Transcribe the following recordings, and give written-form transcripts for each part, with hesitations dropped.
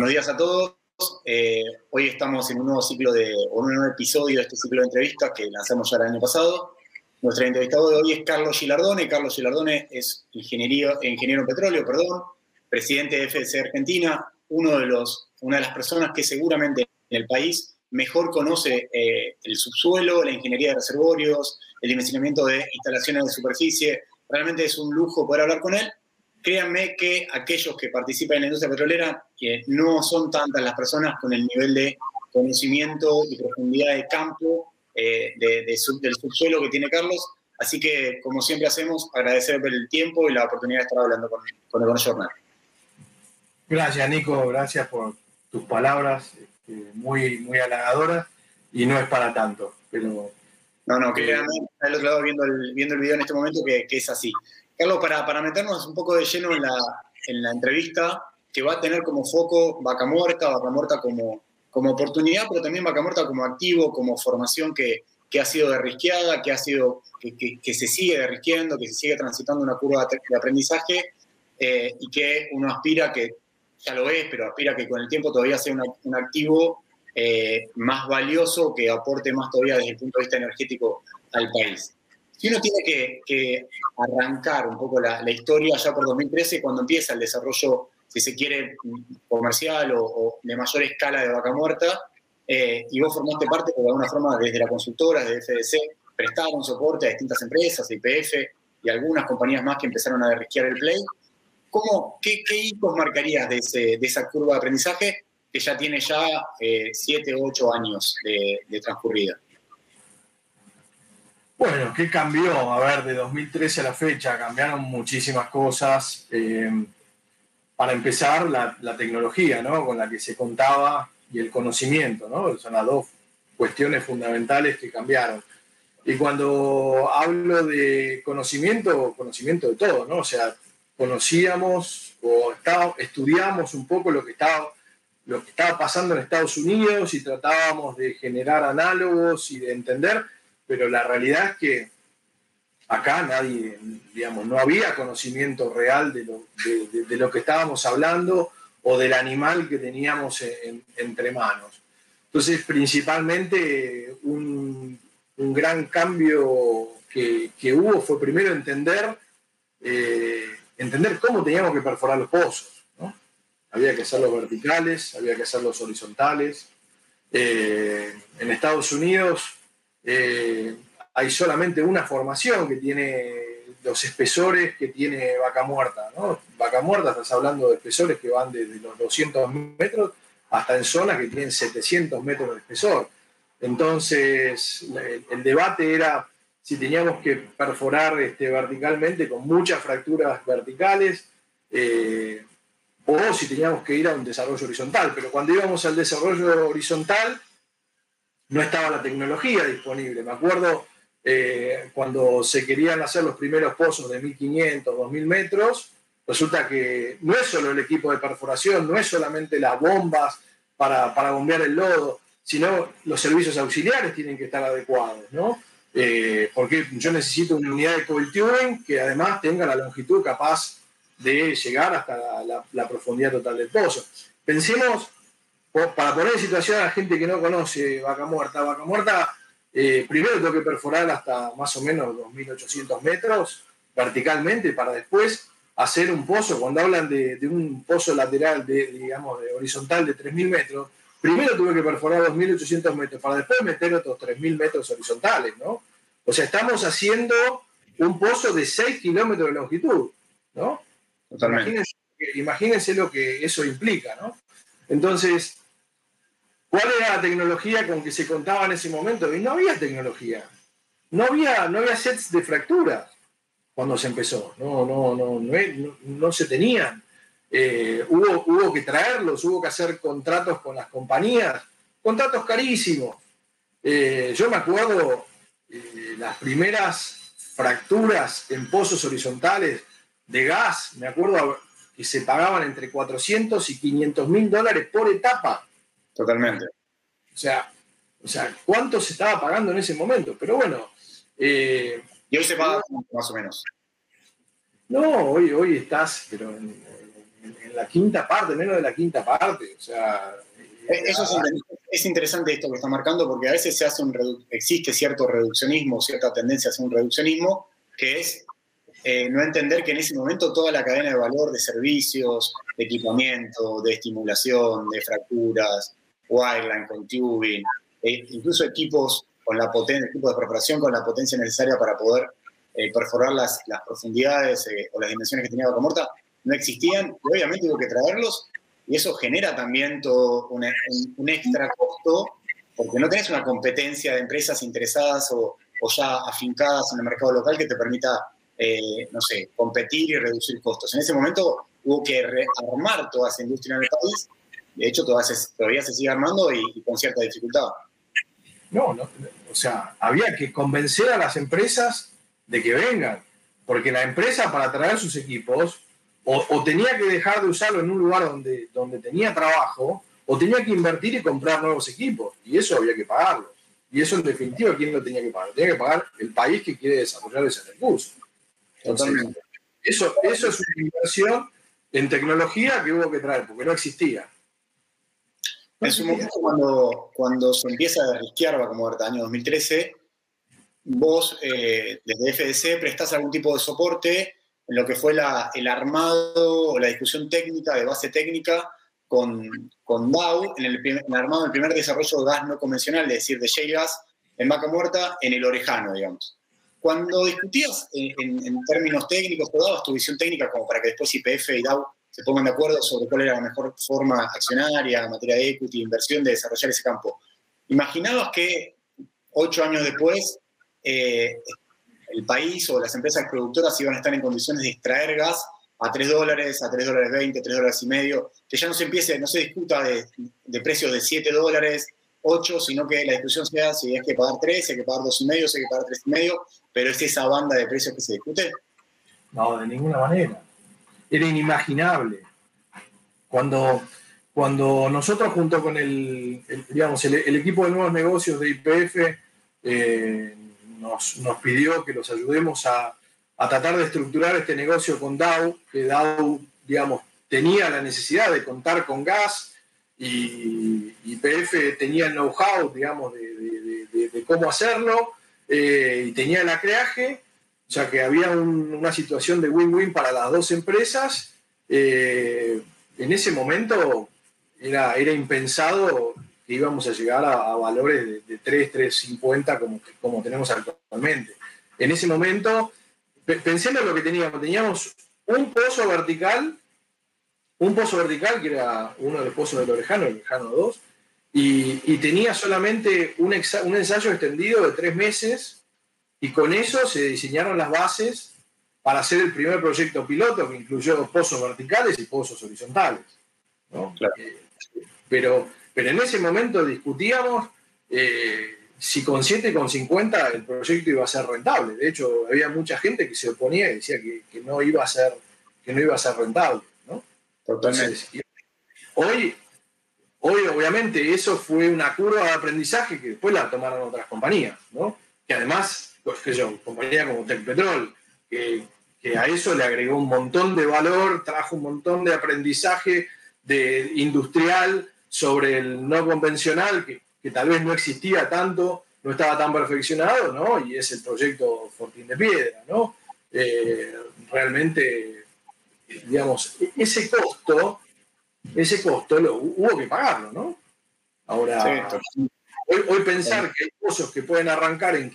Buenos días a todos. Hoy estamos en un nuevo un nuevo episodio de este ciclo de entrevistas que lanzamos ya el año pasado. Nuestro entrevistado de hoy es Carlos Gilardone. Carlos Gilardone es ingeniero en petróleo, presidente de FCC Argentina, una de las personas que seguramente en el país mejor conoce el subsuelo, la ingeniería de reservorios, el dimensionamiento de instalaciones de superficie. Realmente es un lujo poder hablar con él. Créanme que aquellos que participan en la industria petrolera, que no son tantas las personas con el nivel de conocimiento y profundidad de campo del subsuelo que tiene Carlos. Así que, como siempre hacemos, agradecer el tiempo y la oportunidad de estar hablando con el Journal. Gracias, Nico. Gracias por tus palabras, muy, muy halagadoras. Y no es para tanto, pero... No, créanme, está del otro lado viendo el video en este momento que es así. Carlos, para meternos un poco de lleno en la entrevista, que va a tener como foco Vaca Muerta como oportunidad, pero también Vaca Muerta como activo, como formación que ha sido derrisqueada, que se sigue derrisqueando, que se sigue transitando una curva de aprendizaje y que uno aspira, que ya lo es, pero aspira que con el tiempo todavía sea un activo más valioso, que aporte más todavía desde el punto de vista energético al país. Si uno tiene que arrancar un poco la historia ya por 2013, cuando empieza el desarrollo, si se quiere, comercial o de mayor escala de Vaca Muerta, y vos formaste parte, de alguna forma, desde la consultora, desde FDC, prestaron soporte a distintas empresas, YPF y algunas compañías más que empezaron a derrisquear el play. ¿Qué hitos marcarías de esa curva de aprendizaje que ya tiene 7 u 8 años de transcurrida? Bueno, ¿qué cambió? A ver, de 2013 a la fecha cambiaron muchísimas cosas. Para empezar, la tecnología, ¿no?, con la que se contaba y el conocimiento, ¿no? Son las dos cuestiones fundamentales que cambiaron. Y cuando hablo de conocimiento de todo, ¿no? O sea, conocíamos o estudiamos un poco lo que estaba pasando en Estados Unidos y tratábamos de generar análogos y de entender, pero la realidad es que acá nadie, digamos, no había conocimiento real de lo que estábamos hablando o del animal que teníamos entre manos. Entonces, principalmente, un gran cambio que hubo fue primero entender cómo teníamos que perforar los pozos, ¿no? Había que hacerlos verticales, había que hacerlos horizontales. En Estados Unidos hay solamente una formación que tiene los espesores que tiene Vaca Muerta, ¿no? Vaca Muerta, estás hablando de espesores que van desde los 200 metros hasta en zonas que tienen 700 metros de espesor. Entonces, el debate era si teníamos que perforar verticalmente con muchas fracturas verticales o si teníamos que ir a un desarrollo horizontal. Pero cuando íbamos al desarrollo horizontal no estaba la tecnología disponible. Me acuerdo cuando se querían hacer los primeros pozos de 1500, 2000 metros, resulta que no es solo el equipo de perforación, no es solamente las bombas para bombear el lodo, sino los servicios auxiliares tienen que estar adecuados, ¿no? Porque yo necesito una unidad de coil tubing que además tenga la longitud capaz de llegar hasta la profundidad total del pozo. Pensemos, para poner en situación a la gente que no conoce Vaca Muerta, primero tengo que perforar hasta más o menos 2.800 metros verticalmente para después hacer un pozo. Cuando hablan de un pozo lateral, de horizontal de 3.000 metros, primero tuve que perforar 2.800 metros para después meter otros 3.000 metros horizontales, ¿no? O sea, estamos haciendo un pozo de 6 kilómetros de longitud, ¿no? Imagínense lo que eso implica, ¿no? Entonces, ¿cuál era la tecnología con que se contaba en ese momento? Y no había tecnología. No había sets de fracturas cuando se empezó. No se tenían. Hubo que traerlos, hubo que hacer contratos con las compañías, contratos carísimos. Yo me acuerdo las primeras fracturas en pozos horizontales de gas, me acuerdo que se pagaban entre 400 y 500 mil dólares por etapa. Totalmente. O sea, ¿cuánto se estaba pagando en ese momento? Pero bueno. ¿Y hoy se paga más o menos? No, hoy estás, pero en la quinta parte, menos de la quinta parte. O sea, eso es interesante esto que está marcando, porque a veces existe cierto reduccionismo, cierta tendencia hacia un reduccionismo, que es no entender que en ese momento toda la cadena de valor de servicios, de equipamiento, de estimulación, de fracturas, wireline con tubing, incluso equipos de preparación con la potencia necesaria para poder perforar las profundidades o las dimensiones que tenía Vaca Muerta, no existían, y obviamente hubo que traerlos, y eso genera también todo un extra costo, porque no tenés una competencia de empresas interesadas o ya afincadas en el mercado local que te permita, no sé, competir y reducir costos. En ese momento hubo que rearmar toda esa industria en el país, de hecho todavía se sigue armando y con cierta dificultad. No, o sea, había que convencer a las empresas de que vengan, porque la empresa para traer sus equipos o tenía que dejar de usarlo en un lugar donde tenía trabajo, o tenía que invertir y comprar nuevos equipos, y eso había que pagarlo. Y eso en definitiva, ¿quién lo tenía que pagar? Lo tenía que pagar el país que quiere desarrollar ese recurso. Entonces, eso es una inversión en tecnología que hubo que traer, porque no existía. En su momento, cuando se empieza a risquear Vaca Muerta, año 2013, vos desde FDC prestás algún tipo de soporte en lo que fue el armado o la discusión técnica, de base técnica, con Dow, en el armado del primer desarrollo de gas no convencional, es decir, de shale gas en Vaca Muerta, en el Orejano, digamos. Cuando discutías en términos técnicos, o dabas tu visión técnica como para que después YPF y Dow se pongan de acuerdo sobre cuál era la mejor forma accionaria, en materia de equity, inversión, de desarrollar ese campo, ¿imaginabas que 8 años después el país o las empresas productoras iban a estar en condiciones de extraer gas a $3, a $3.20, $3.50, que ya no se discuta de precios de $7, 8, sino que la discusión sea si hay que pagar 3, si hay que pagar 2.50, si hay que pagar 3.50, pero es esa banda de precios que se discute? No, de ninguna manera. Era inimaginable. Cuando nosotros junto con el equipo de nuevos negocios de YPF nos pidió que los ayudemos a tratar de estructurar este negocio con Dow, que Dow, digamos, tenía la necesidad de contar con gas y YPF tenía el know-how, digamos, de cómo hacerlo, y tenía el acreaje, o sea que había una situación de win-win para las dos empresas. En ese momento era impensado que íbamos a llegar a valores de 3, 3.50 como tenemos actualmente. En ese momento, pensemos en lo que teníamos un pozo vertical que era uno de los pozos del Orejano, el Orejano 2, y tenía solamente un ensayo extendido de 3 meses, y con eso se diseñaron las bases para hacer el primer proyecto piloto que incluyó pozos verticales y pozos horizontales, ¿no? Claro. Pero en ese momento discutíamos si con 7,50 el proyecto iba a ser rentable. De hecho, había mucha gente que se oponía y decía que no iba a ser rentable, ¿no? Totalmente. Entonces, hoy obviamente eso fue una curva de aprendizaje que después la tomaron otras compañías, ¿no? Que además, compañías como Tecpetrol, que a eso le agregó un montón de valor, trajo un montón de aprendizaje industrial sobre el no convencional, que tal vez no existía tanto, no estaba tan perfeccionado, ¿no? Y es el proyecto Fortín de Piedra, ¿no? Realmente, digamos, ese costo hubo que pagarlo, ¿no? Ahora, sí, hoy pensar que hay pozos que pueden arrancar en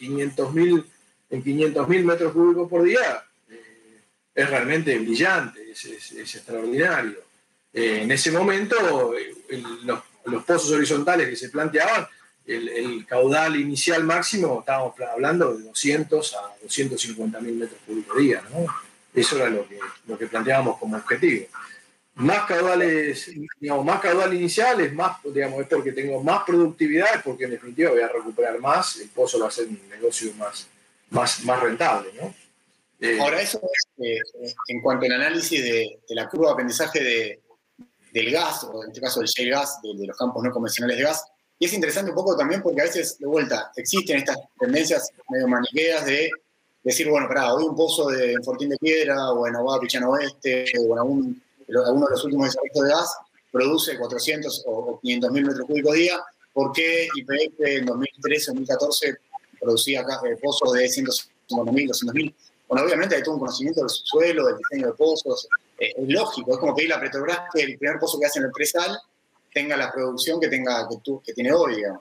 500.000 metros cúbicos por día es realmente brillante, es extraordinario. En ese momento, los pozos horizontales que se planteaban, el caudal inicial máximo, estábamos hablando de 200 a 250.000 metros cúbicos por día, ¿no? Eso era lo que planteábamos como objetivo. Más caudales, digamos, más caudal inicial es más, digamos, es porque tengo más productividad, es porque en definitiva voy a recuperar más, el pozo va a ser un negocio más rentable, ¿no? Ahora, eso es en cuanto al análisis de la curva de aprendizaje del gas, o en este caso del shale gas, de los campos no convencionales de gas. Y es interesante un poco también porque a veces, de vuelta, existen estas tendencias medio maniqueas de decir, bueno, hoy un pozo en Fortín de Piedra, o en Aguada Pichana Oeste, o en algún alguno de los últimos desarrollos de gas, produce 400 o 500 mil metros cúbicos día. ¿Por qué YPF en 2013 o 2014 producía pozos de 150 mil, 200 mil? Bueno, obviamente hay todo un conocimiento del subsuelo, del diseño de pozos. Es lógico, es como pedir a Petrobras que el primer pozo que hace en el presal tenga la producción que tiene hoy, digamos.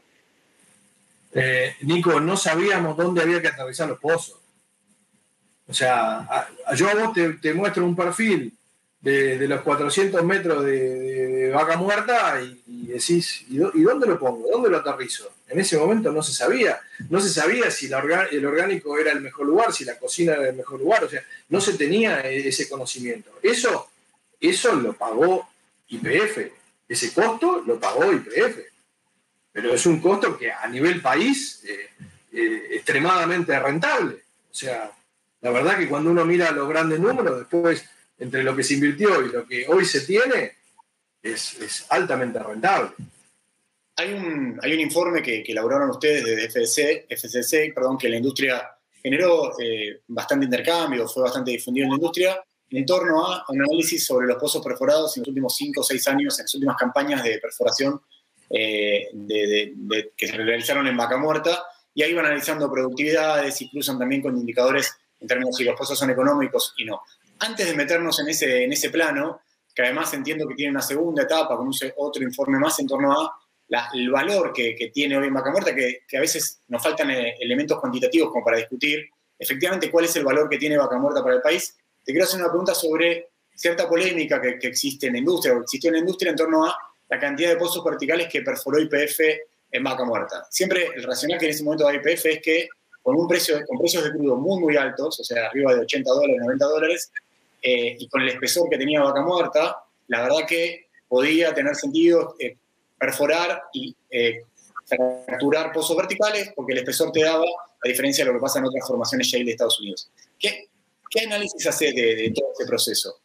Nico, no sabíamos dónde había que aterrizar los pozos. O sea, yo a vos te muestro un perfil de los 400 metros de Vaca Muerta y decís, ¿y dónde lo pongo? ¿Dónde lo aterrizo? En ese momento no se sabía. No se sabía si el orgánico era el mejor lugar, si la cocina era el mejor lugar. O sea, no se tenía ese conocimiento. Eso lo pagó YPF. Ese costo lo pagó YPF. Pero es un costo que a nivel país extremadamente rentable. O sea, la verdad que cuando uno mira los grandes números, después, entre lo que se invirtió y lo que hoy se tiene, es altamente rentable. Hay un informe que elaboraron ustedes de FCC, que la industria generó bastante intercambio, fue bastante difundido en la industria, en torno a un análisis sobre los pozos perforados en los últimos 5 o 6 años, en las últimas campañas de perforación que se realizaron en Vaca Muerta, y ahí van analizando productividades y cruzan también con indicadores en términos si los pozos son económicos y no. Antes de meternos en ese plano, que además entiendo que tiene una segunda etapa con otro informe más en torno a el valor que tiene hoy en Vaca Muerta, que a veces nos faltan elementos cuantitativos como para discutir efectivamente cuál es el valor que tiene Vaca Muerta para el país. Te quiero hacer una pregunta sobre cierta polémica que existe en la industria, o existió en la industria en torno a la cantidad de pozos verticales que perforó YPF en Vaca Muerta. Siempre el racional que en ese momento da YPF es que con precios de crudo muy, muy altos, o sea, arriba de $80, $90, y con el espesor que tenía Vaca Muerta, la verdad que podía tener sentido perforar y fracturar pozos verticales, porque el espesor te daba, a diferencia de lo que pasa en otras formaciones shale de Estados Unidos. ¿Qué análisis hace de todo ese proceso?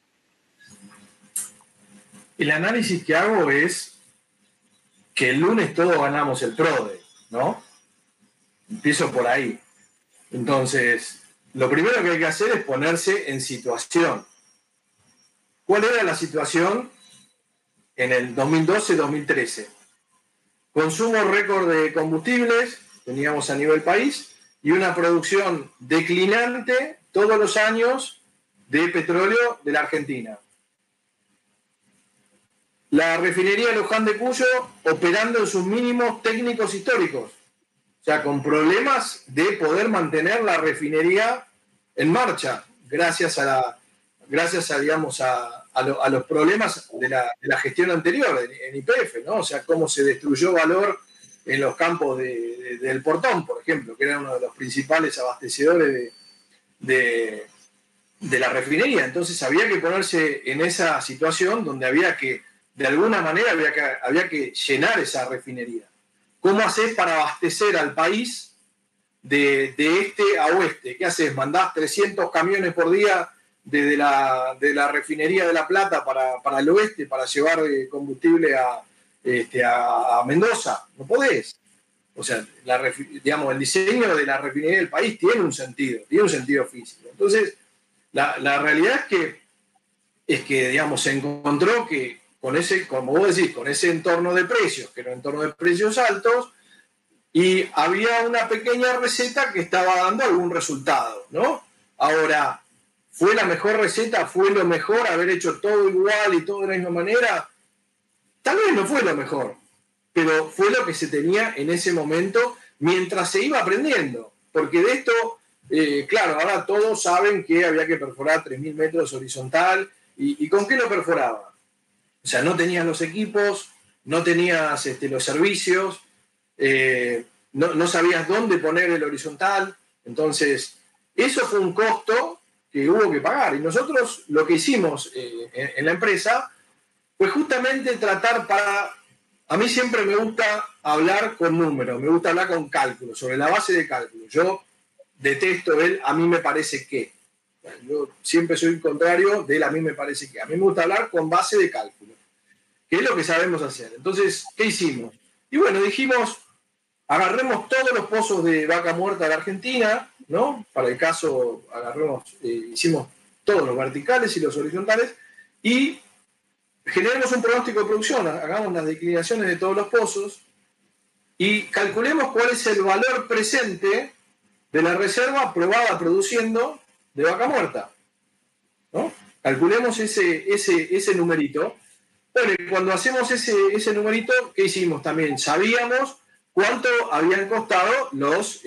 El análisis que hago es que el lunes todos ganamos el PRODE, ¿no? Empiezo por ahí. Entonces, lo primero que hay que hacer es ponerse en situación. ¿Cuál era la situación en el 2012-2013? Consumo récord de combustibles, teníamos a nivel país, y una producción declinante todos los años de petróleo de la Argentina. La refinería Luján de Cuyo operando en sus mínimos técnicos históricos, o sea, con problemas de poder mantener la refinería en marcha, gracias a los problemas de la gestión anterior en YPF, ¿no? O sea, cómo se destruyó valor en los campos del Portón, por ejemplo, que era uno de los principales abastecedores de la refinería. Entonces había que ponerse en esa situación donde había que, de alguna manera, había que llenar esa refinería. ¿Cómo haces para abastecer al país de este a oeste? ¿Qué haces? ¿Mandás 300 camiones por día desde la refinería de La Plata para el oeste para llevar combustible a Mendoza? No podés. O sea, digamos, el diseño de la refinería del país tiene un sentido físico. Entonces, la realidad es que, digamos, se encontró que con ese, como vos decís, con ese entorno de precios, que era un entorno de precios altos, y había una pequeña receta que estaba dando algún resultado, ¿no? Ahora, ¿fue la mejor receta? ¿Fue lo mejor haber hecho todo igual y todo de la misma manera? Tal vez no fue lo mejor, pero fue lo que se tenía en ese momento mientras se iba aprendiendo. Porque de esto, claro, ahora todos saben que había que perforar 3.000 metros horizontal. ¿Y con qué lo perforaba? O sea, no tenías los equipos, no tenías los servicios, no sabías dónde poner el horizontal. Entonces, eso fue un costo que hubo que pagar. Y nosotros lo que hicimos en la empresa fue justamente tratar para... A mí siempre me gusta hablar con números, me gusta hablar con cálculos, sobre la base de cálculos. Yo detesto a mí me parece que. Yo siempre soy contrario del a mí me parece que. A mí me gusta hablar con base de cálculo, que es lo que sabemos hacer. Entonces, ¿qué hicimos? Y bueno, dijimos, agarremos todos los pozos de Vaca Muerta de la Argentina, ¿no? Para el caso, hicimos todos los verticales y los horizontales, y generemos un pronóstico de producción, hagamos las declinaciones de todos los pozos y calculemos cuál es el valor presente de la reserva probada produciendo de vaca muerta, ¿no? Calculemos ese numerito. Bueno, y cuando hacemos ese numerito, ¿qué hicimos también? Sabíamos cuánto habían costado los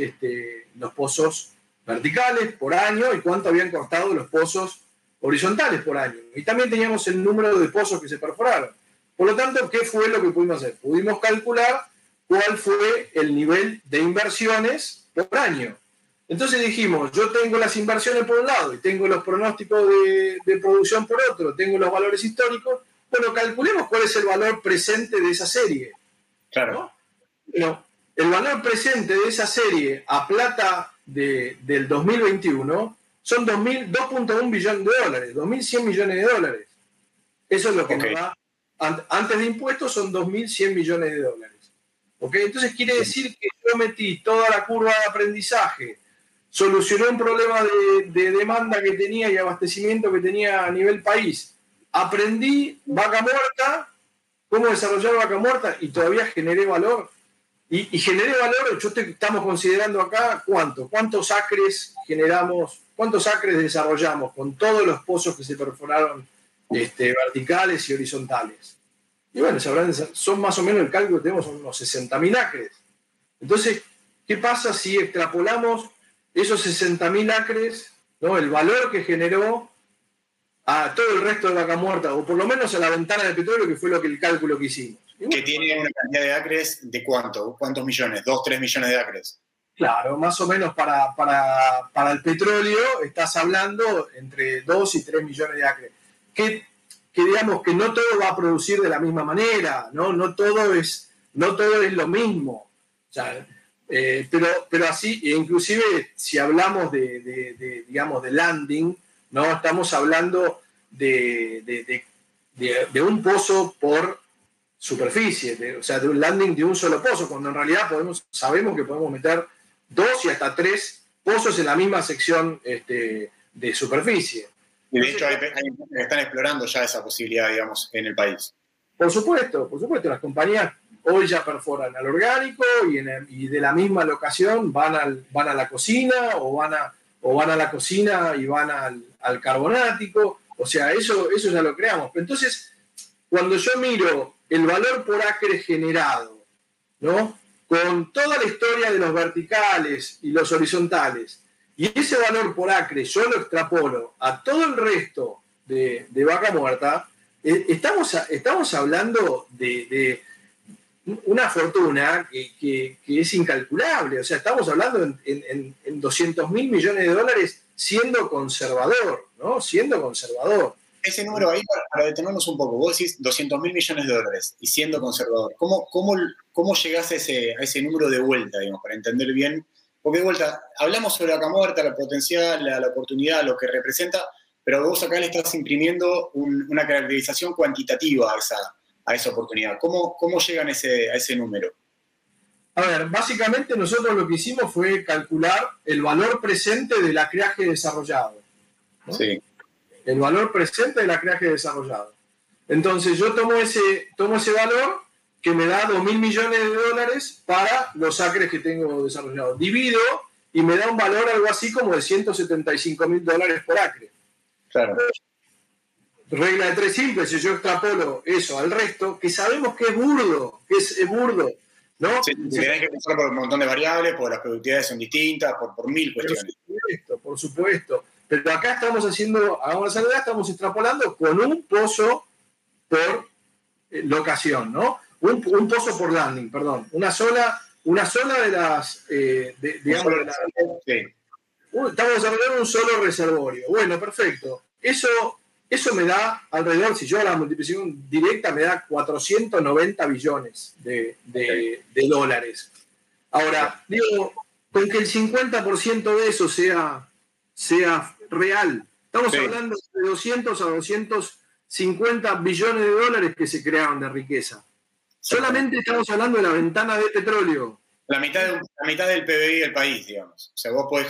pozos verticales por año y cuánto habían costado los pozos horizontales por año. Y también teníamos el número de pozos que se perforaron. Por lo tanto, ¿qué fue lo que pudimos hacer? Pudimos calcular cuál fue el nivel de inversiones por año. Entonces dijimos, yo tengo las inversiones por un lado y tengo los pronósticos de producción por otro, tengo los valores históricos. Bueno, calculemos cuál es el valor presente de esa serie. Claro. ¿No? Bueno, el valor presente de esa serie a plata del 2021 son 2.1 billones de dólares, 2.100 millones de dólares. Eso es lo que nos da, antes de impuestos son 2.100 millones de dólares. ¿Okay? Entonces quiere decir que yo metí toda la curva de aprendizaje, solucioné un problema de demanda que tenía y abastecimiento que tenía a nivel país, aprendí vaca muerta, cómo desarrollar vaca muerta y todavía generé valor. Y generé valor, estamos considerando acá cuántos acres generamos, cuántos acres desarrollamos con todos los pozos que se perforaron verticales y horizontales. Y bueno, son más o menos el cálculo que tenemos, son unos 60.000 acres. Entonces, ¿qué pasa si extrapolamos esos 60.000 acres, ¿no? El valor que generó a todo el resto de vaca muerta, o por lo menos a la ventana de petróleo, que fue el cálculo que hicimos? Que tiene una cantidad de acres de ¿cuánto? ¿Cuántos millones? ¿2, 3 millones de acres? Claro, más o menos para el petróleo estás hablando entre 2 y 3 millones de acres. Que digamos que no todo va a producir de la misma manera, no todo es lo mismo. O sea, pero así, inclusive si hablamos digamos, de landing, ¿no? Estamos hablando de un pozo por superficie, o sea, de un landing de un solo pozo, cuando en realidad sabemos que podemos meter 2 y hasta 3 pozos en la misma sección de superficie. Y de hecho hay empresas que están explorando ya esa posibilidad, digamos, en el país. Por supuesto, las compañías hoy ya perforan al orgánico y de la misma locación van a la cocina o van a la cocina y van al carbonático, o sea, eso ya lo creamos. Entonces, cuando yo miro el valor por acre generado, ¿no? Con toda la historia de los verticales y los horizontales, y ese valor por acre yo lo extrapolo a todo el resto de vaca muerta, estamos hablando de una fortuna que es incalculable. O sea, estamos hablando en 200.000 millones de dólares siendo conservador, ¿no? Siendo conservador. Ese número ahí, para detenernos un poco, vos decís 200.000 millones de dólares y siendo conservador. ¿Cómo llegás a ese número de vuelta, digamos, para entender bien? Porque de vuelta, hablamos sobre vaca muerta, la potencial, la oportunidad, lo que representa, pero vos acá le estás imprimiendo una caracterización cuantitativa a esa oportunidad. ¿Cómo llegan a ese número? A ver, básicamente nosotros lo que hicimos fue calcular el valor presente del acreaje desarrollado, ¿no? Sí. El valor presente del acreaje desarrollado. Entonces yo tomo ese valor que me da 2.000 millones de dólares para los acres que tengo desarrollados. Divido y me da un valor algo así como de 175.000 dólares por acre. Claro. Regla de 3 simple, si yo extrapolo eso al resto, que sabemos que es burdo, ¿no? Sí, tenés que pensar por un montón de variables, porque las productividades son distintas, por mil cuestiones. Por supuesto. Pero acá estamos estamos extrapolando con un pozo por locación, ¿no? Un pozo por landing, perdón. Una sola de las, digamos, sí. Estamos desarrollando un solo reservorio. Bueno, perfecto. Eso me da alrededor, si yo hago la multiplicación directa, me da 490 billones de dólares. Ahora, digo, con que el 50% de eso sea real, estamos hablando de 200 a 250 billones de dólares que se crearon de riqueza. Solamente estamos hablando de la ventana de petróleo. La mitad del PBI del país, digamos. O sea, vos podés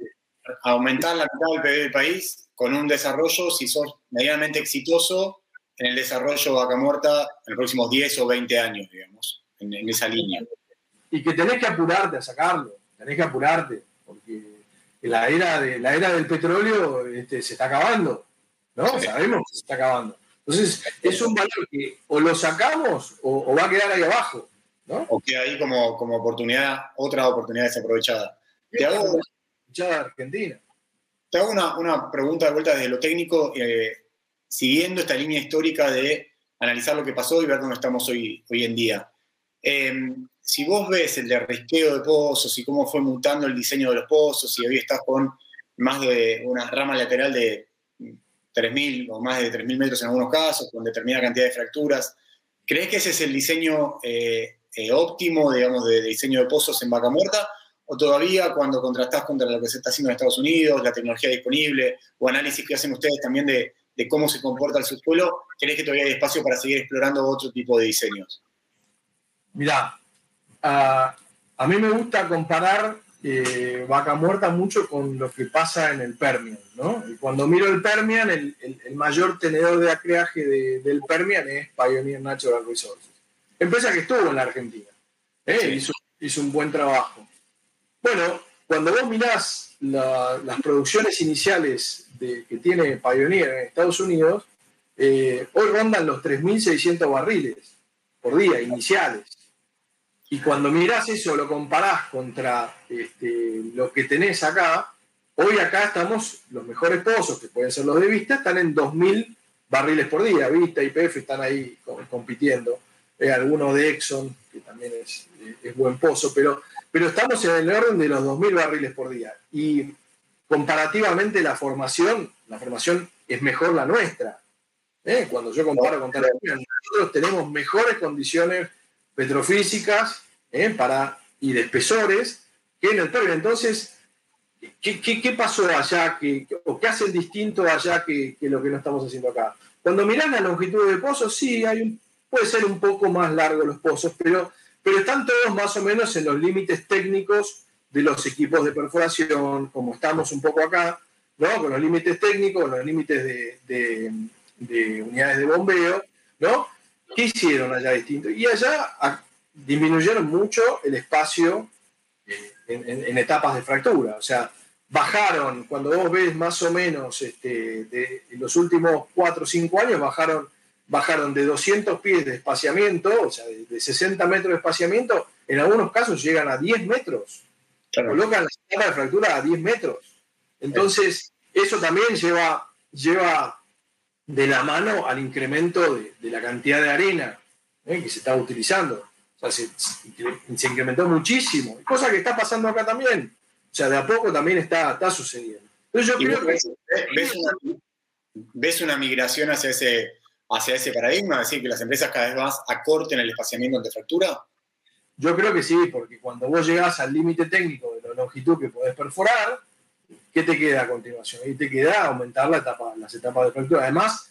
aumentar la mitad del PBI del país con un desarrollo, si sos medianamente exitoso, en el desarrollo Vaca Muerta en los próximos 10 o 20 años, digamos, en esa línea. Y que tenés que apurarte a sacarlo, tenés que apurarte, porque la era del petróleo se está acabando, ¿no? Sí. Sabemos que se está acabando. Entonces, es un valor que o lo sacamos o va a quedar ahí abajo, ¿no? O queda ahí como oportunidad, otra oportunidad desaprovechada. Te hago Argentina. Te hago una pregunta de vuelta desde lo técnico, siguiendo esta línea histórica de analizar lo que pasó y ver dónde estamos hoy en día. Si vos ves el derrisqueo de pozos y cómo fue mutando el diseño de los pozos, y hoy estás con más de una rama lateral de 3.000 o más de 3.000 metros en algunos casos, con determinada cantidad de fracturas, ¿crees que ese es el diseño óptimo, digamos, de diseño de pozos en Vaca Muerta? ¿O todavía cuando contrastás contra lo que se está haciendo en Estados Unidos, la tecnología disponible, o análisis que hacen ustedes también de cómo se comporta el subsuelo, crees que todavía hay espacio para seguir explorando otro tipo de diseños? Mirá, a mí me gusta comparar Vaca Muerta mucho con lo que pasa en el Permian, ¿no? Y cuando miro el Permian, el mayor tenedor de acreaje del Permian es Pioneer Natural Resources. Empresa que estuvo en la Argentina. Sí. Hizo un buen trabajo. Bueno, cuando vos mirás las producciones iniciales que tiene Pioneer en Estados Unidos, hoy rondan los 3.600 barriles por día iniciales. Y cuando mirás eso, lo comparás contra lo que tenés acá, hoy acá estamos, los mejores pozos, que pueden ser los de Vista, están en 2.000 barriles por día. Vista y YPF están ahí compitiendo. Alguno de Exxon, que también es buen pozo, pero estamos en el orden de los 2.000 barriles por día. Y comparativamente la formación es mejor la nuestra. Cuando yo comparo con Argentina, nosotros tenemos mejores condiciones petrofísicas y de espesores que en el Permian. Entonces, ¿qué pasó allá? ¿O qué hacen distinto allá que lo que no estamos haciendo acá? Cuando mirás la longitud de pozos, sí, puede ser un poco más largo los pozos, pero están todos más o menos en los límites técnicos de los equipos de perforación, como estamos un poco acá, ¿no? Con los límites técnicos, los límites de unidades de bombeo, ¿no? ¿Qué hicieron allá distinto? Y allá disminuyeron mucho el espacio en etapas de fractura. O sea, bajaron, cuando vos ves más o menos en los últimos 4 o 5 años, bajaron de 200 pies de espaciamiento, o sea, de 60 metros de espaciamiento, en algunos casos llegan a 10 metros. Claro. Colocan la etapa de fractura a 10 metros. Entonces, eso también lleva de la mano al incremento de la cantidad de arena que se está utilizando. O sea, se incrementó muchísimo. Cosa que está pasando acá también. O sea, de a poco también está sucediendo. Entonces yo creo que... ¿Ves una migración hacia ese paradigma? Es decir, que las empresas cada vez más acorten el espaciamiento ante fractura. Yo creo que sí, porque cuando vos llegás al límite técnico de la longitud que podés perforar, ¿qué te queda a continuación? Y te queda aumentar las etapas de fractura. Además,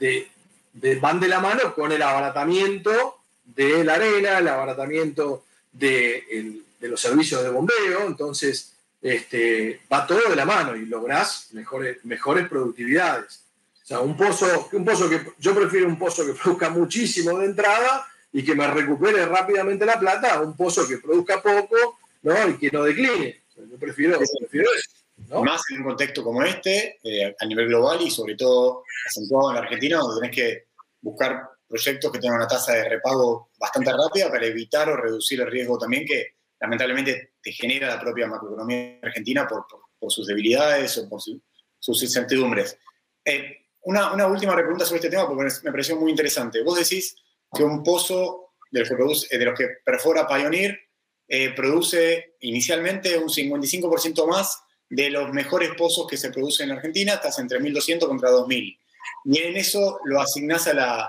van de la mano con el abaratamiento de la arena, el abaratamiento de los servicios de bombeo. Entonces, va todo de la mano y lográs mejores productividades. O sea, un pozo que yo prefiero un pozo que produzca muchísimo de entrada y que me recupere rápidamente la plata a un pozo que produzca poco, ¿no? Y que no decline. O sea, yo prefiero eso, ¿no? Más en un contexto como este, a nivel global y sobre todo acentuado en la Argentina, donde tenés que buscar proyectos que tengan una tasa de repago bastante rápida para evitar o reducir el riesgo también que lamentablemente te genera la propia macroeconomía argentina por sus debilidades o por sus incertidumbres. Una última pregunta sobre este tema porque me pareció muy interesante. Vos decís que un pozo de los que perfora Pioneer produce inicialmente un 55% más de los mejores pozos que se producen en Argentina, estás entre 1.200 contra 2.000. Y en eso lo asignás a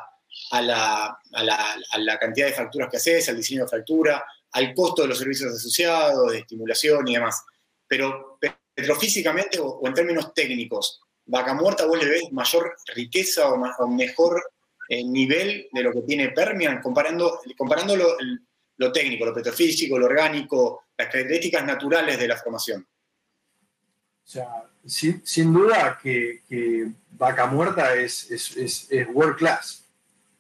la cantidad de fracturas que haces, al diseño de fractura, al costo de los servicios asociados, de estimulación y demás. Pero petrofísicamente o en términos técnicos, Vaca Muerta, ¿vos le ves mayor riqueza o mejor nivel de lo que tiene Permian, comparando lo técnico, lo petrofísico, lo orgánico, las características naturales de la formación? O sea, sin duda que Vaca Muerta es world class.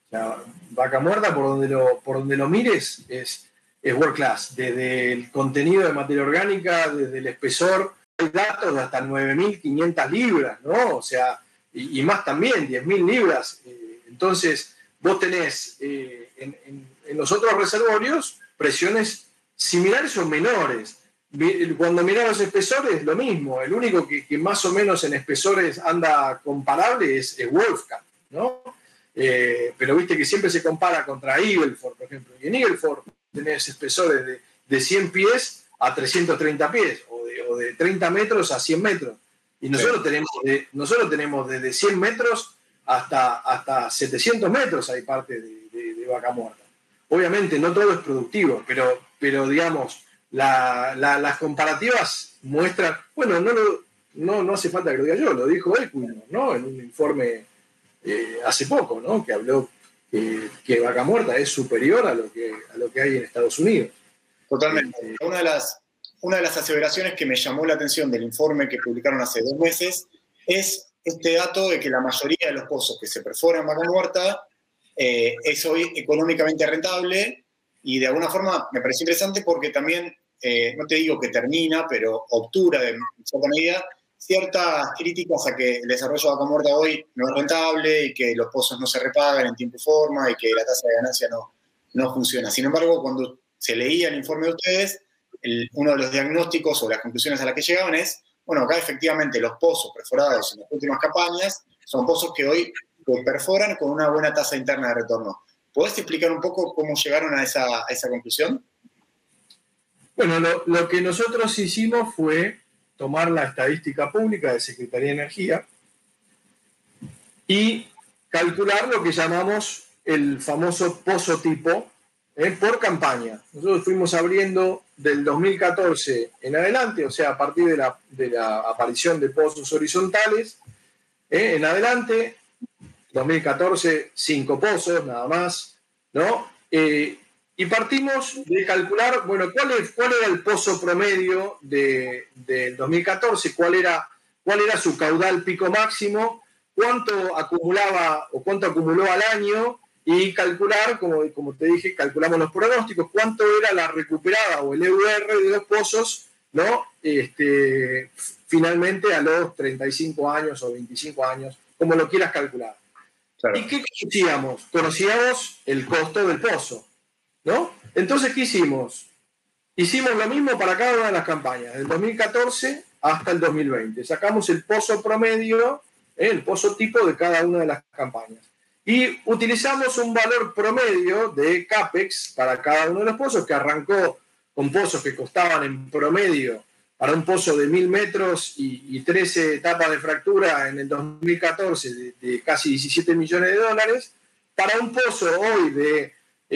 O sea, Vaca Muerta, por donde lo mires, es world class. Desde el contenido de materia orgánica, desde el espesor, hay datos de hasta 9.500 libras, ¿no? O sea, y más también, 10.000 libras. Entonces, vos tenés en los otros reservorios presiones similares o menores. Cuando mirás los espesores, lo mismo. El único que más o menos en espesores anda comparable es Wolfgang, ¿no? Pero viste que siempre se compara contra Eagleford, por ejemplo. Y en Eagleford tenés espesores de 100 pies a 330 pies, o de 30 metros a 100 metros. Y nosotros, sí, tenemos desde 100 metros hasta 700 metros hay parte de Vaca Muerta. Obviamente no todo es productivo, pero digamos, las comparativas muestran, bueno, no hace falta que lo diga yo, lo dijo Equinor, ¿no? En un informe hace poco, ¿no? Que habló que Vaca Muerta es superior a lo que hay en Estados Unidos. Totalmente. Una de las aseveraciones que me llamó la atención del informe que publicaron hace 2 meses es este dato de que la mayoría de los pozos que se perforan en Vaca Muerta es hoy económicamente rentable, y de alguna forma me pareció interesante porque también, no te digo que termina, pero obtura de cierta medida ciertas críticas a que el desarrollo de Vaca Muerta hoy no es rentable y que los pozos no se repagan en tiempo y forma y que la tasa de ganancia no funciona. Sin embargo, cuando se leía el informe de ustedes, uno de los diagnósticos o las conclusiones a las que llegaban es, bueno, acá efectivamente los pozos perforados en las últimas campañas son pozos que hoy perforan con una buena tasa interna de retorno. ¿Podés explicar un poco cómo llegaron a esa conclusión? Bueno, lo que nosotros hicimos fue tomar la estadística pública de Secretaría de Energía y calcular lo que llamamos el famoso pozo tipo por campaña. Nosotros fuimos abriendo del 2014 en adelante, o sea, a partir de la aparición de pozos horizontales, en adelante, 2014, 5 pozos nada más, ¿no? Y partimos de calcular, bueno, cuál era el pozo promedio del 2014, cuál era su caudal pico máximo, cuánto acumulaba o cuánto acumuló al año, y calcular, como te dije, calculamos los pronósticos, cuánto era la recuperada o el EUR de los pozos, ¿no? Finalmente a los 35 años o 25 años, como lo quieras calcular. Claro. ¿Y qué conocíamos? Conocíamos el costo del pozo, ¿no? Entonces, ¿qué hicimos? Hicimos lo mismo para cada una de las campañas, del 2014 hasta el 2020. Sacamos el pozo promedio, el pozo tipo de cada una de las campañas. Y utilizamos un valor promedio de CAPEX para cada uno de los pozos, que arrancó con pozos que costaban en promedio para un pozo de 1.000 metros y 13 etapas de fractura en el 2014 de casi 17 millones de dólares, para un pozo hoy de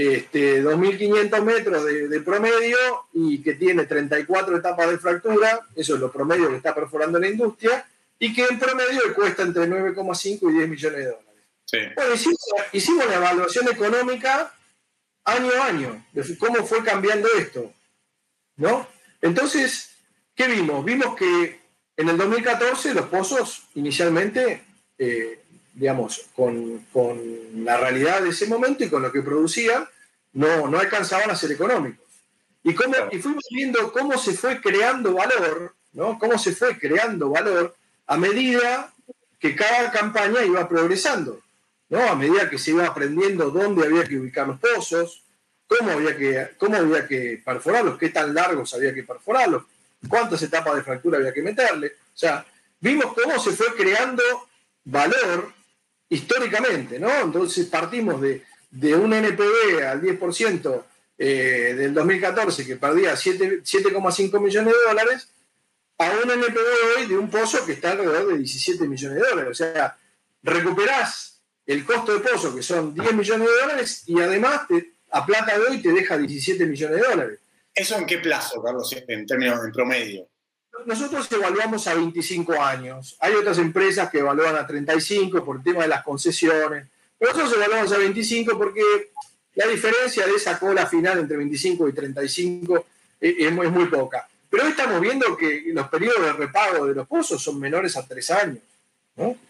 2.500 metros de promedio y que tiene 34 etapas de fractura, eso es lo promedio que está perforando la industria, y que en promedio le cuesta entre 9,5 y 10 millones de dólares. Sí. Bueno, hicimos la evaluación económica año a año, de cómo fue cambiando esto, ¿no? Entonces, ¿qué vimos? Vimos que en el 2014 los pozos inicialmente, digamos, con la realidad de ese momento y con lo que producían, no alcanzaban a ser económicos. Y fuimos viendo cómo se fue creando valor, ¿no? Cómo se fue creando valor a medida que cada campaña iba progresando, ¿no? A medida que se iba aprendiendo dónde había que ubicar los pozos, cómo había que perforarlos, qué tan largos había que perforarlos, cuántas etapas de fractura había que meterle. O sea, vimos cómo se fue creando valor históricamente, ¿no? Entonces partimos de un NPV al 10% del 2014 que perdía 7,5 millones de dólares a un NPV hoy de un pozo que está alrededor de 17 millones de dólares. O sea, recuperás el costo de pozo, que son 10 millones de dólares, y además a plata de hoy te deja 17 millones de dólares. ¿Eso en qué plazo, Carlos, en términos de promedio? Nosotros evaluamos a 25 años. Hay otras empresas que evalúan a 35 por el tema de las concesiones. Pero nosotros evaluamos a 25 porque la diferencia de esa cola final entre 25 y 35 es muy poca. Pero hoy estamos viendo que los periodos de repago de los pozos son menores a 3 años, ¿no?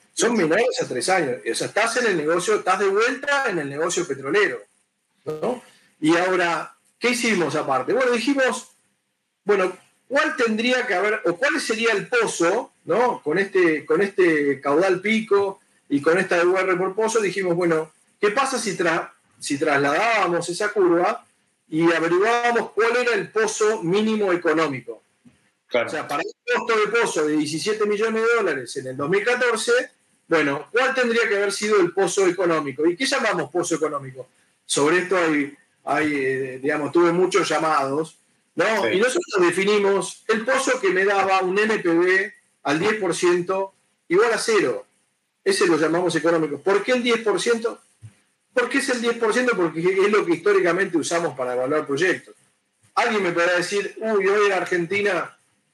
son menores a 3 años. O sea, estás en el negocio, estás de vuelta en el negocio petrolero, ¿no? Y ahora, ¿qué hicimos aparte? Bueno, dijimos, bueno, ¿cuál tendría que haber, o cuál sería el pozo, ¿no? Con este caudal pico y con esta EUR por pozo, dijimos, bueno, ¿qué pasa si trasladábamos esa curva y averiguábamos cuál era el pozo mínimo económico? Claro. O sea, para un costo de pozo de 17 millones de dólares en el 2014, bueno, ¿cuál tendría que haber sido el pozo económico? ¿Y qué llamamos pozo económico? Sobre esto digamos, tuve muchos llamados, ¿no? Sí. Y nosotros definimos el pozo que me daba un NPV al 10% igual a 0. Ese lo llamamos económico. ¿Por qué el 10%? ¿Por qué es el 10%? Porque es lo que históricamente usamos para evaluar proyectos. Alguien me podrá decir, hoy en Argentina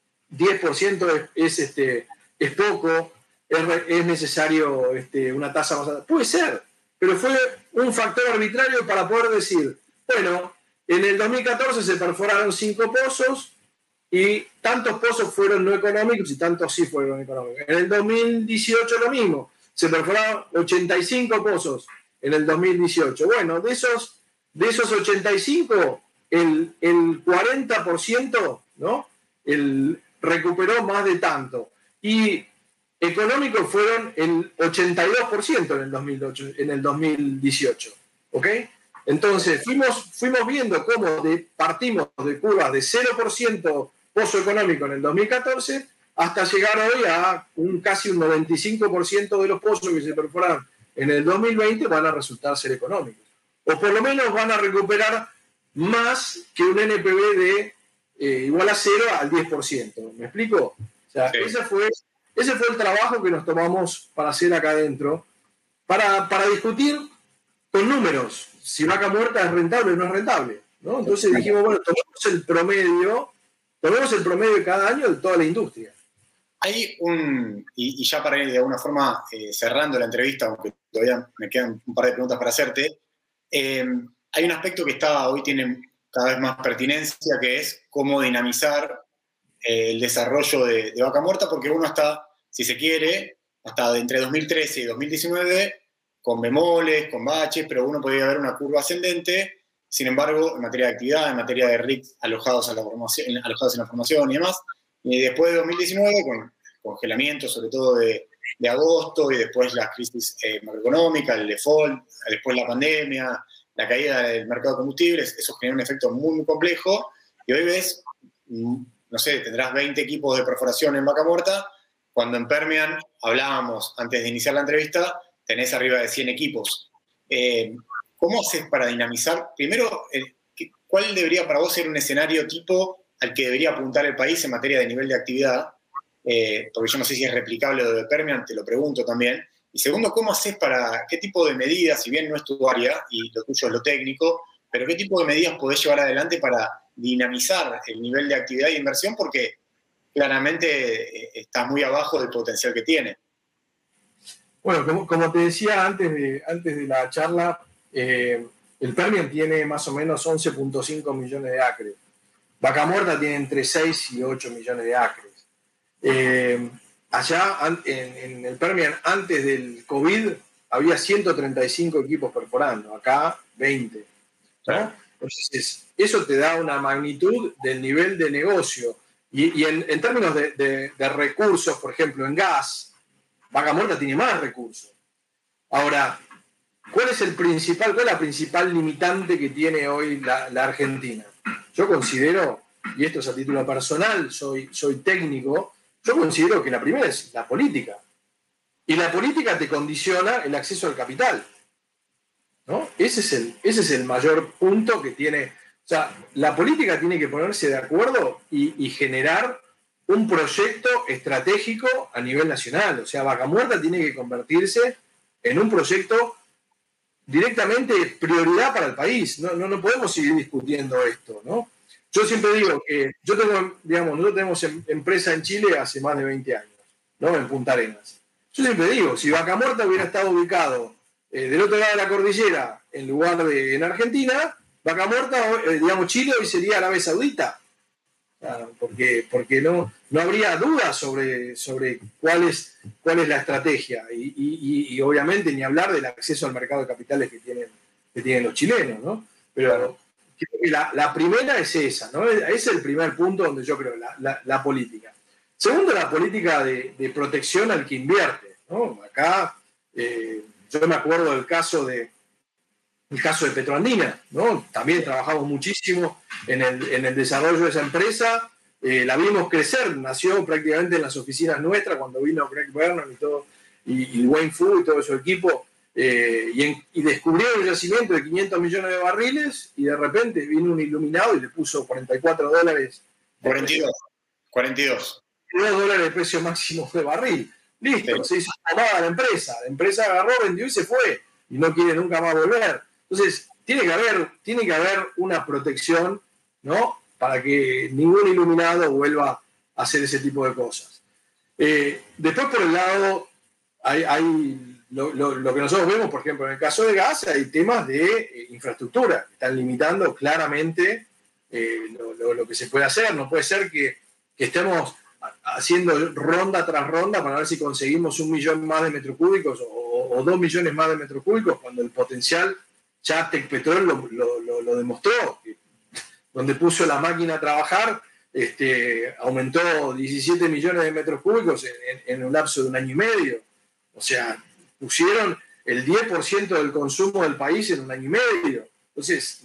10% es poco, es necesario una tasa más alta. Puede ser, pero fue un factor arbitrario para poder decir, bueno, en el 2014 se perforaron 5 pozos y tantos pozos fueron no económicos y tantos sí fueron económicos. En el 2018 lo mismo, se perforaron 85 pozos en el 2018. Bueno, de esos 85, el 40%, ¿no? Recuperó más de tanto. Y económicos fueron el 82% en el 2018. ¿Ok? Entonces, fuimos viendo cómo partimos de curvas de 0% pozo económico en el 2014 hasta llegar hoy a casi un 95% de los pozos que se perforaron en el 2020 van a resultar ser económicos. O por lo menos van a recuperar más que un NPV de igual a 0 al 10%. ¿Me explico? O sea, sí. ese fue el trabajo que nos tomamos para hacer acá adentro, para discutir con números si Vaca Muerta es rentable o no es rentable, ¿no? Entonces dijimos, bueno, tomemos el promedio de cada año de toda la industria. Hay y ya para ir de alguna forma cerrando la entrevista, aunque todavía me quedan un par de preguntas para hacerte, hay un aspecto que hoy tiene cada vez más pertinencia, que es cómo dinamizar el desarrollo de Vaca Muerta, porque uno está, si se quiere, hasta entre 2013 y 2019, con bemoles, con baches, pero uno podía ver una curva ascendente. Sin embargo, en materia de actividad, en materia de RICs alojados en la formación y demás, y después de 2019, con congelamiento sobre todo de agosto, y después la crisis macroeconómica, el default, después la pandemia, la caída del mercado de combustibles, eso genera un efecto muy, muy complejo, y hoy ves, no sé, tendrás 20 equipos de perforación en Vaca Muerta, cuando en Permian hablábamos, antes de iniciar la entrevista, tenés arriba de 100 equipos. ¿Cómo haces para dinamizar? Primero, ¿cuál debería para vos ser un escenario tipo al que debería apuntar el país en materia de nivel de actividad? Porque yo no sé si es replicable lo de Permian, te lo pregunto también. Y segundo, ¿cómo haces qué tipo de medidas, si bien no es tu área y lo tuyo es lo técnico, pero qué tipo de medidas podés llevar adelante para dinamizar el nivel de actividad e inversión? Porque claramente está muy abajo del potencial que tiene. Bueno, como te decía antes de la charla, el Permian tiene más o menos 11.5 millones de acres. Vaca Muerta tiene entre 6 y 8 millones de acres. Allá en el Permian, antes del COVID, había 135 equipos perforando, acá 20. ¿no? Entonces, eso te da una magnitud del nivel de negocio. Y en términos de recursos, por ejemplo, en gas, Vaca Muerta tiene más recursos. Ahora, ¿cuál es la principal limitante que tiene hoy la Argentina? Yo considero, y esto es a título personal, soy técnico, yo considero que la primera es la política. Y la política te condiciona el acceso al capital, ¿no? Ese es el mayor punto que tiene. O sea, la política tiene que ponerse de acuerdo y generar un proyecto estratégico a nivel nacional. O sea, Vaca Muerta tiene que convertirse en un proyecto directamente prioridad para el país. No podemos seguir discutiendo esto, ¿no? Yo siempre digo que nosotros tenemos empresa en Chile hace más de 20 años, ¿no? En Punta Arenas. Yo siempre digo, si Vaca Muerta hubiera estado ubicado del otro lado de la cordillera en lugar de en Argentina, Vaca Muerta, Chile hoy sería Arabia Saudita. Porque no habría dudas sobre cuál es la estrategia. Y obviamente ni hablar del acceso al mercado de capitales que tienen los chilenos, ¿no? Pero creo que la primera es esa, ¿no? Ese es el primer punto donde yo creo la política. Segundo, la política de protección al que invierte, ¿no? Acá yo me acuerdo del caso de Petroandina, ¿no? También trabajamos muchísimo en el desarrollo de esa empresa, la vimos crecer, nació prácticamente en las oficinas nuestras cuando vino Greg Vernon y todo, y Wayne Fu y todo su equipo, y descubrieron un yacimiento de 500 millones de barriles, y de repente vino un iluminado y le puso $44. 42 $2 de precio máximo de barril. Listo, sí. se hizo tomada la empresa agarró, vendió y se fue, y no quiere nunca más volver. Entonces, tiene que haber una protección, ¿no? Para que ningún iluminado vuelva a hacer ese tipo de cosas. Después, por el lado, hay lo que nosotros vemos, por ejemplo, en el caso de gas, hay temas de infraestructura que están limitando claramente lo que se puede hacer. No puede ser que estemos haciendo ronda tras ronda para ver si conseguimos 1 millón más de metros cúbicos o 2 millones más de metros cúbicos, cuando el potencial ya Tecpetrol lo demostró. Donde puso la máquina a trabajar, aumentó 17 millones de metros cúbicos en un lapso de 1 año y medio. O sea, pusieron el 10% del consumo del país en 1 año y medio. Entonces,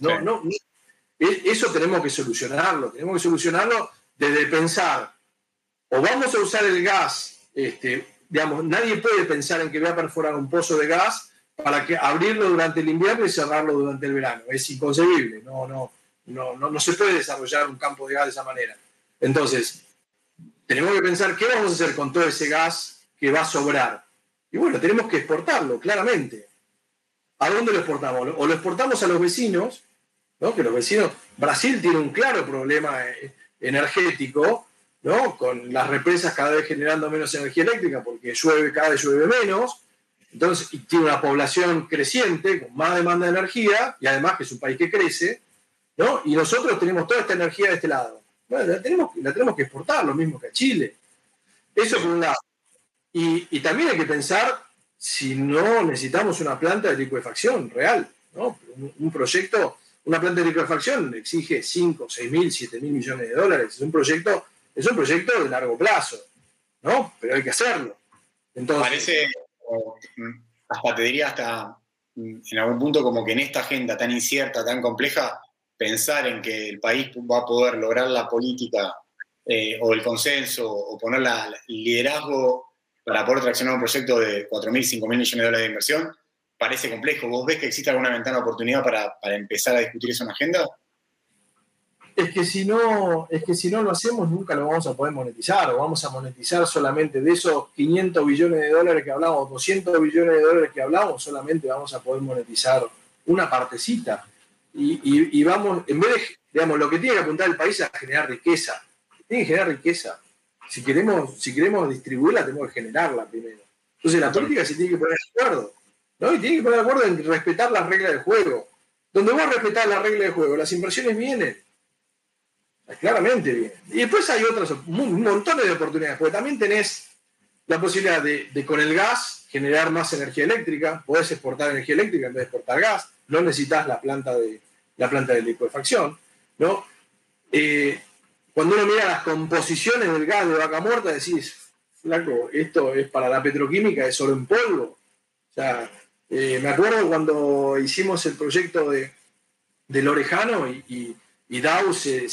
eso tenemos que solucionarlo desde pensar, o vamos a usar el gas, nadie puede pensar en que voy a perforar un pozo de gas para que abrirlo durante el invierno y cerrarlo durante el verano. Es inconcebible, no se puede desarrollar un campo de gas de esa manera. Entonces, tenemos que pensar qué vamos a hacer con todo ese gas que va a sobrar. Y bueno, tenemos que exportarlo, claramente. ¿A dónde lo exportamos? O lo exportamos a los vecinos, ¿no? Que los vecinos, Brasil tiene un claro problema energético, ¿no? Con las represas cada vez generando menos energía eléctrica porque cada vez llueve menos. Entonces, y tiene una población creciente, con más demanda de energía, y además que es un país que crece, ¿no? Y nosotros tenemos toda esta energía de este lado. Bueno, la tenemos que exportar, lo mismo que a Chile. Eso por un lado. Y también hay que pensar si no necesitamos una planta de licuefacción real, ¿no? Un proyecto, una planta de licuefacción exige 5, 6 mil, 7 mil millones de dólares. Es un proyecto de largo plazo, ¿no? Pero hay que hacerlo. Entonces, parece, hasta te diría, en algún punto, como que en esta agenda tan incierta, tan compleja, pensar en que el país va a poder lograr la política o el consenso o poner el liderazgo para poder traccionar un proyecto de 4.000, 5.000 millones de dólares de inversión, parece complejo. ¿Vos ves que existe alguna ventana de oportunidad para empezar a discutir eso en agenda? Es que si no lo hacemos, nunca lo vamos a poder monetizar, o vamos a monetizar solamente de esos 500 billones de dólares que hablamos, 200 billones de dólares que hablamos, solamente vamos a poder monetizar una partecita. Y vamos, en vez de, digamos, lo que tiene que apuntar el país es a generar riqueza. Tiene que generar riqueza. Si queremos distribuirla, tenemos que generarla primero. Entonces la política se tiene que poner de acuerdo, ¿no? Y tiene que poner de acuerdo en respetar las reglas del juego. Donde vos respetás las reglas del juego, las inversiones vienen. Claramente vienen. Y después hay un montón de oportunidades, porque también tenés la posibilidad de con el gas generar más energía eléctrica. Podés exportar energía eléctrica en vez de exportar gas. No necesitas la planta de licuefacción, ¿no? Cuando uno mira las composiciones del gas de Vaca Muerta, decís, flaco, esto es para la petroquímica, es oro en polvo. O sea, me acuerdo cuando hicimos el proyecto del Orejano y Dow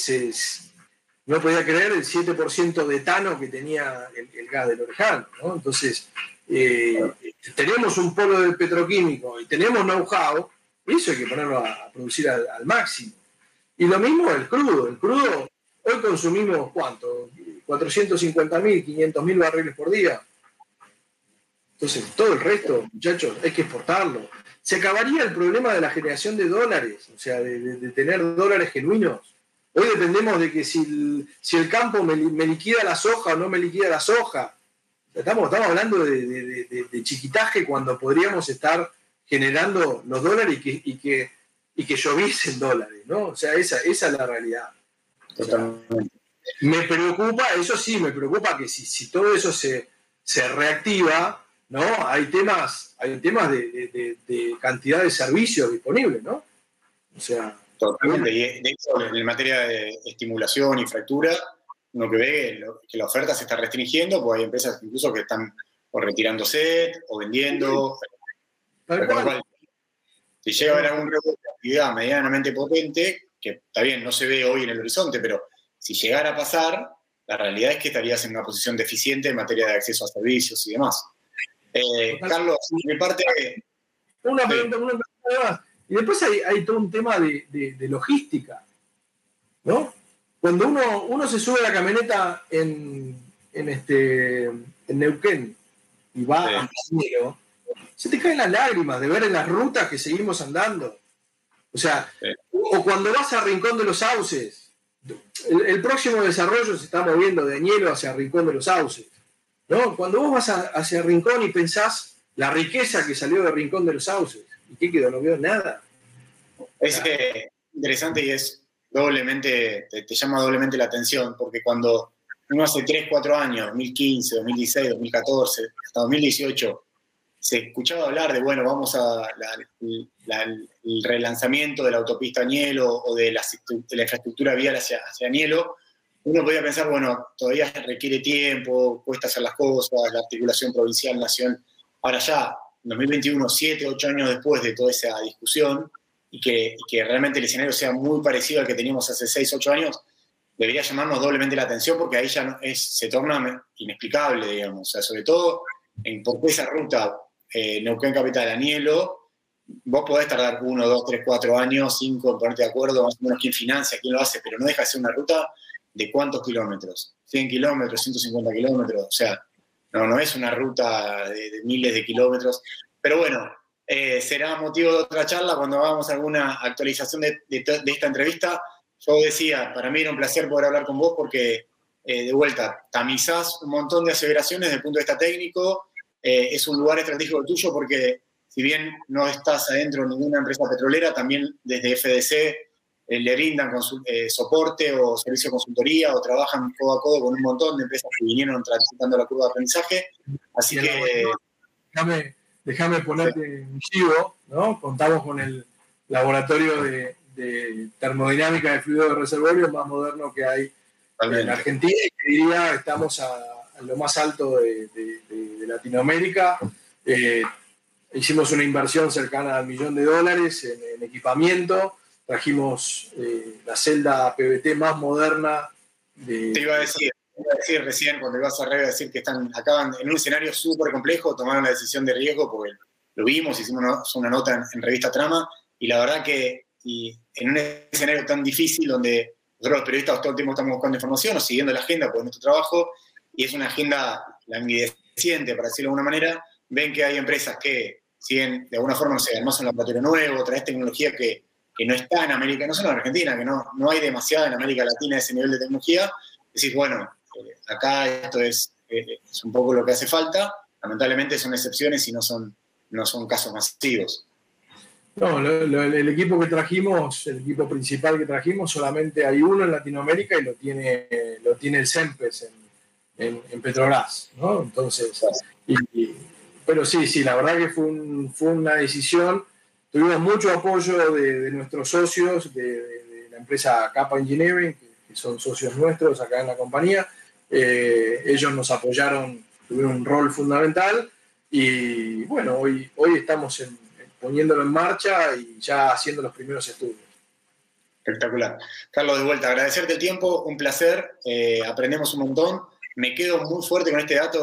no podía creer el 7% de etano que tenía el gas del Orejano, ¿no? Entonces, tenemos un polo del petroquímico y tenemos know-how, eso hay que ponerlo a producir al máximo. Y lo mismo el crudo. El crudo, hoy consumimos, ¿cuánto? 450.000, 500.000 barriles por día. Entonces, todo el resto, muchachos, hay que exportarlo. Se acabaría el problema de la generación de dólares, o sea, de tener dólares genuinos. Hoy dependemos de que si el campo me liquida la soja o no me liquida la soja. Estamos hablando de chiquitaje cuando podríamos estar generando los dólares y que lloviesen dólares, ¿no? O sea, esa es la realidad. Totalmente. Me preocupa, eso sí, me preocupa que si todo eso se reactiva, ¿no? Hay temas de cantidad de servicios disponibles, ¿no? O sea. Totalmente. Y de hecho, en materia de estimulación y fractura, uno que ve que la oferta se está restringiendo, pues hay empresas incluso que están o retirándose o vendiendo. Tal cual. Si llega a haber algún rebote de actividad medianamente potente, que está bien, no se ve hoy en el horizonte, pero si llegara a pasar, la realidad es que estarías en una posición deficiente en materia de acceso a servicios y demás. Carlos, de mi parte... Una pregunta más. Y después hay todo un tema de logística, ¿no? Cuando uno se sube a la camioneta en Neuquén y va a Nielo, se te caen las lágrimas de ver en las rutas que seguimos andando. O sea, o cuando vas a Rincón de los Sauces, el próximo desarrollo se está moviendo de Añelo hacia Rincón de los Sauces, ¿no? Cuando vos vas hacia Rincón y pensás la riqueza que salió de Rincón de los Sauces, ¿y qué quedó? No quedó nada. Es interesante y es doblemente, te llama doblemente la atención, porque cuando uno hace 3, 4 años, 2015, 2016, 2014, hasta 2018, se escuchaba hablar de, bueno, vamos a el relanzamiento de la autopista Añelo o de la infraestructura vial hacia Añelo, uno podía pensar, bueno, todavía requiere tiempo, cuesta hacer las cosas, la articulación provincial, nacional. Ahora ya, 2021, 7, 8 años después de toda esa discusión, y que realmente el escenario sea muy parecido al que teníamos hace 6, 8 años, debería llamarnos doblemente la atención porque ahí ya se torna inexplicable, digamos. O sea, sobre todo por qué esa ruta Neuquén Capital Añelo, vos podés tardar 1, 2, 3, 4 años, 5 en ponerte de acuerdo, más o menos quién financia, quién lo hace, pero no deja de ser una ruta de cuántos kilómetros, 100 kilómetros, 150 kilómetros, o sea, no es una ruta de miles de kilómetros, pero bueno, será motivo de otra charla cuando hagamos alguna actualización de esta entrevista. Yo decía, para mí era un placer poder hablar con vos porque, de vuelta, tamizás un montón de aseveraciones desde el punto de vista técnico. Es un lugar estratégico tuyo porque, si bien no estás adentro de ninguna empresa petrolera, también desde FDC le brindan soporte o servicio de consultoría o trabajan codo a codo con un montón de empresas que vinieron transitando la curva de aprendizaje. Así que... Déjame ponerte un chivo, ¿no? Contamos con el laboratorio de termodinámica de fluido de reservorio más moderno que hay en Argentina y que diría estamos a lo más alto de Latinoamérica. Hicimos una inversión cercana al $1.000.000 en equipamiento, trajimos la celda PVT más moderna. Te iba a decir recién, cuando ibas a Red, decir que acaban en un escenario súper complejo, tomaron la decisión de riesgo, porque lo vimos, hicimos una nota en Revista Trama, y la verdad que en un escenario tan difícil donde nosotros los periodistas todo el tiempo estamos buscando información o siguiendo la agenda por nuestro trabajo, y es una agenda languideciente, para decirlo de alguna manera, ven que hay empresas que siguen, de alguna forma, no sé, además un laboratorio nuevo, traes tecnología que no está en América, no solo en Argentina, que no hay demasiada en América Latina ese nivel de tecnología. Decís, bueno, acá esto es un poco lo que hace falta. Lamentablemente son excepciones y no son casos masivos. No, el equipo que trajimos, el equipo principal que trajimos, solamente hay uno en Latinoamérica y lo tiene el CEMPES en Petrobras, ¿no? Entonces, pero sí, la verdad que fue una decisión. Tuvimos mucho apoyo de nuestros socios, de la empresa Kappa Engineering, que son socios nuestros acá en la compañía. Ellos nos apoyaron, tuvieron un rol fundamental y bueno, hoy estamos poniéndolo en marcha y ya haciendo los primeros estudios. Espectacular. Carlos, de vuelta, agradecerte el tiempo, un placer, aprendemos un montón. Me quedo muy fuerte con este dato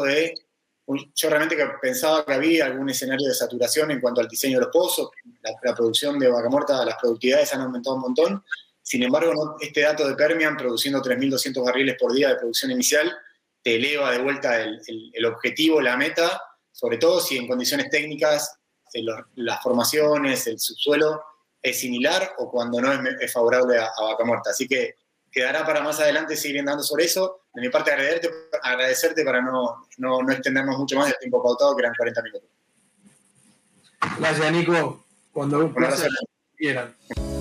yo realmente pensaba que había algún escenario de saturación en cuanto al diseño de los pozos, la producción de Vaca Muerta, las productividades han aumentado un montón. Sin embargo, este dato de Permian, produciendo 3.200 barriles por día de producción inicial, te eleva de vuelta el objetivo, la meta, sobre todo si en condiciones técnicas las formaciones, el subsuelo es similar o cuando no es favorable a Vaca Muerta. Así que quedará para más adelante seguir andando sobre eso. De mi parte, agradecerte para no extendernos mucho más del tiempo pautado, que eran 40 minutos. Gracias, Nico. Cuando quieran.